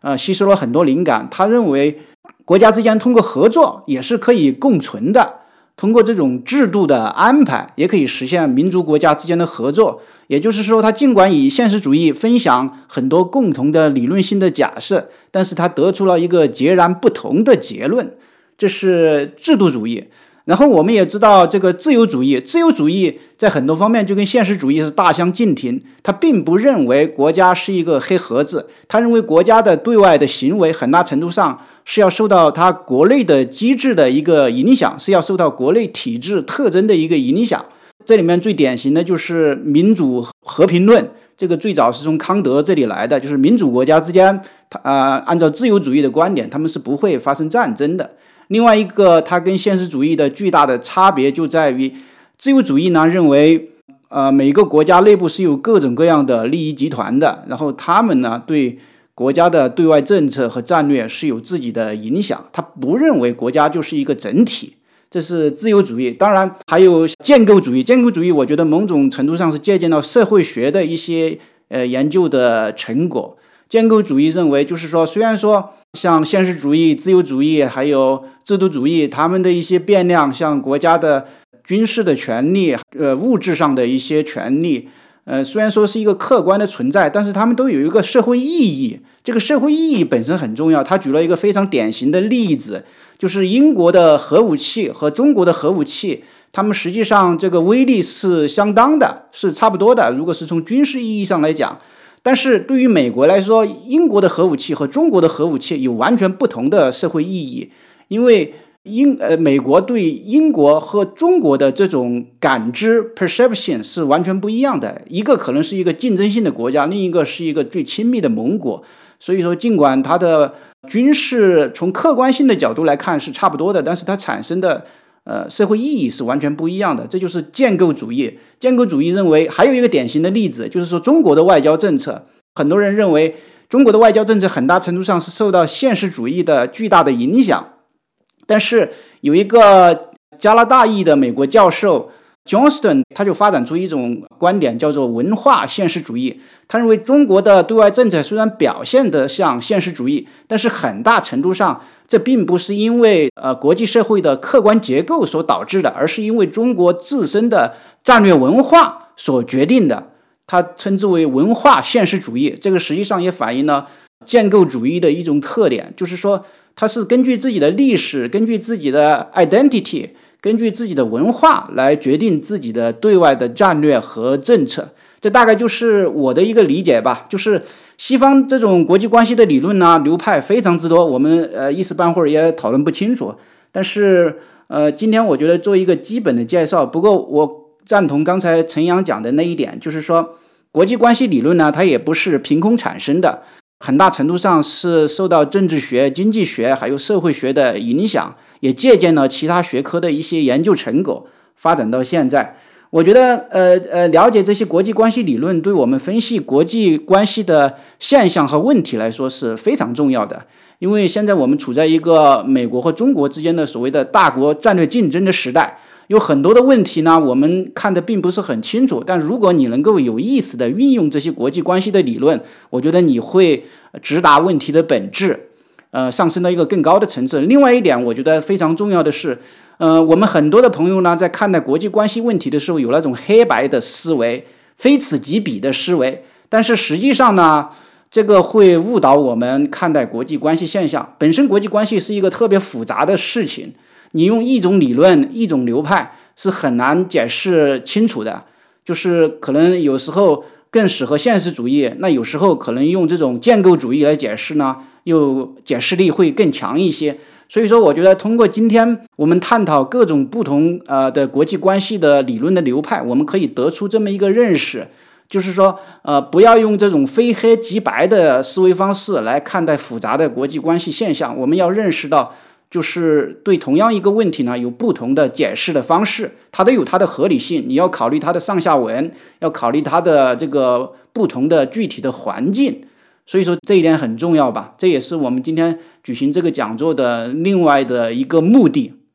S1: 吸收了很多灵感。他认为国家之间通过合作也是可以共存的，通过这种制度的安排也可以实现民族国家之间的合作。也就是说，他尽管以现实主义分享很多共同的理论性的假设，但是他得出了一个截然不同的结论，这是制度主义。然后我们也知道这个自由主义在很多方面就跟现实主义是大相径庭。他并不认为国家是一个黑盒子，他认为国家的对外的行为很大程度上是要受到他国内的机制的一个影响，是要受到国内体制特征的一个影响。这里面最典型的就是民主和平论，这个最早是从康德这里来的，就是民主国家之间按照自由主义的观点，他们是不会发生战争的。另外一个，它跟现实主义的巨大的差别就在于，自由主义呢认为，每个国家内部是有各种各样的利益集团的，然后他们呢对国家的对外政策和战略是有自己的影响，他不认为国家就是一个整体，这是自由主义。当然还有建构主义，建构主义我觉得某种程度上是借鉴到社会学的一些研究的成果。建构主义认为，就是说，虽然说像现实主义、自由主义还有制度主义，他们的一些变量，像国家的军事的权利、物质上的一些权利，虽然说是一个客观的存在，但是他们都有一个社会意义。这个社会意义本身很重要。他举了一个非常典型的例子，就是英国的核武器和中国的核武器，他们实际上这个威力是相当的，是差不多的，如果是从军事意义上来讲。但是对于美国来说，英国的核武器和中国的核武器有完全不同的社会意义，因为美国对英国和中国的这种感知 perception 是完全不一样的，一个可能是一个竞争性的国家，另一个是一个最亲密的盟国。所以说尽管它的军事从客观性的角度来看是差不多的，但是它产生的社会意义是完全不一样的，这就是建构主义。建构主义认为还有一个典型的例子，就是说中国的外交政策，很多人认为中国的外交政策很大程度上是受到现实主义的巨大的影响。但是有一个加拿大裔的美国教授 Johnston， 他就发展出一种观点，叫做文化现实主义。他认为中国的对外政策虽然表现得像现实主义，但是很大程度上这并不是因为国际社会的客观结构所导致的，而是因为中国自身的战略文化所决定的。他称之为文化现实主义。这个实际上也反映了建构主义的一种特点，就是说它是根据自己的历史，根据自己的 identity， 根据自己的文化来决定自己的对外的战略和政策。这大概就是我的一个理解吧。就是西方这种国际关系的理论呢，流派非常之多，我们一时半会儿也讨论不清楚。但是今天我觉得做一个基本的介绍。不过我赞同刚才陈阳讲的那一点，就是说国际关系理论呢，它也不是凭空产生的，很大程度上是受到政治学、经济学还有社会学的影响，也借鉴了其他学科的一些研究成果，发展到现在。我觉得了解这些国际关系理论，对我们分析国际关系的现象和问题来说是非常重要的。因为现在我们处在一个美国和中国之间的所谓的大国战略竞争的时代，有很多的问题呢，我们看得并不是很清楚。但如果你能够有意识地运用这些国际关系的理论，我觉得你会直达问题的本质，上升到一个更高的层次。另外一点，我觉得非常重要的是，我们很多的朋友呢，在看待国际关系问题的时候，有那种黑白的思维，非此即彼的思维。但是实际上呢，这个会误导我们看待国际关系现象。本身国际关系是一个特别复杂的事情，你用一种理论、一种流派是很难解释清楚的。就是可能有时候更适合现实主义，那有时候可能用这种建构主义来解释呢，又解释力会更强一些。所以说我觉得通过今天我们探讨各种不同的国际关系的理论的流派，我们可以得出这么一个认识，就是说不要用这种非黑即白的思维方式来看待复杂的国际关系现象。我们要认识到，就是对同样一个问题呢，有不同的解释的方式，它都有它的合理性，你要考虑它的上下文，要考虑它的这个不同的具体的环境。所以说这一点很重要吧，这也是我们今天举行这个讲座的另外的一个目的。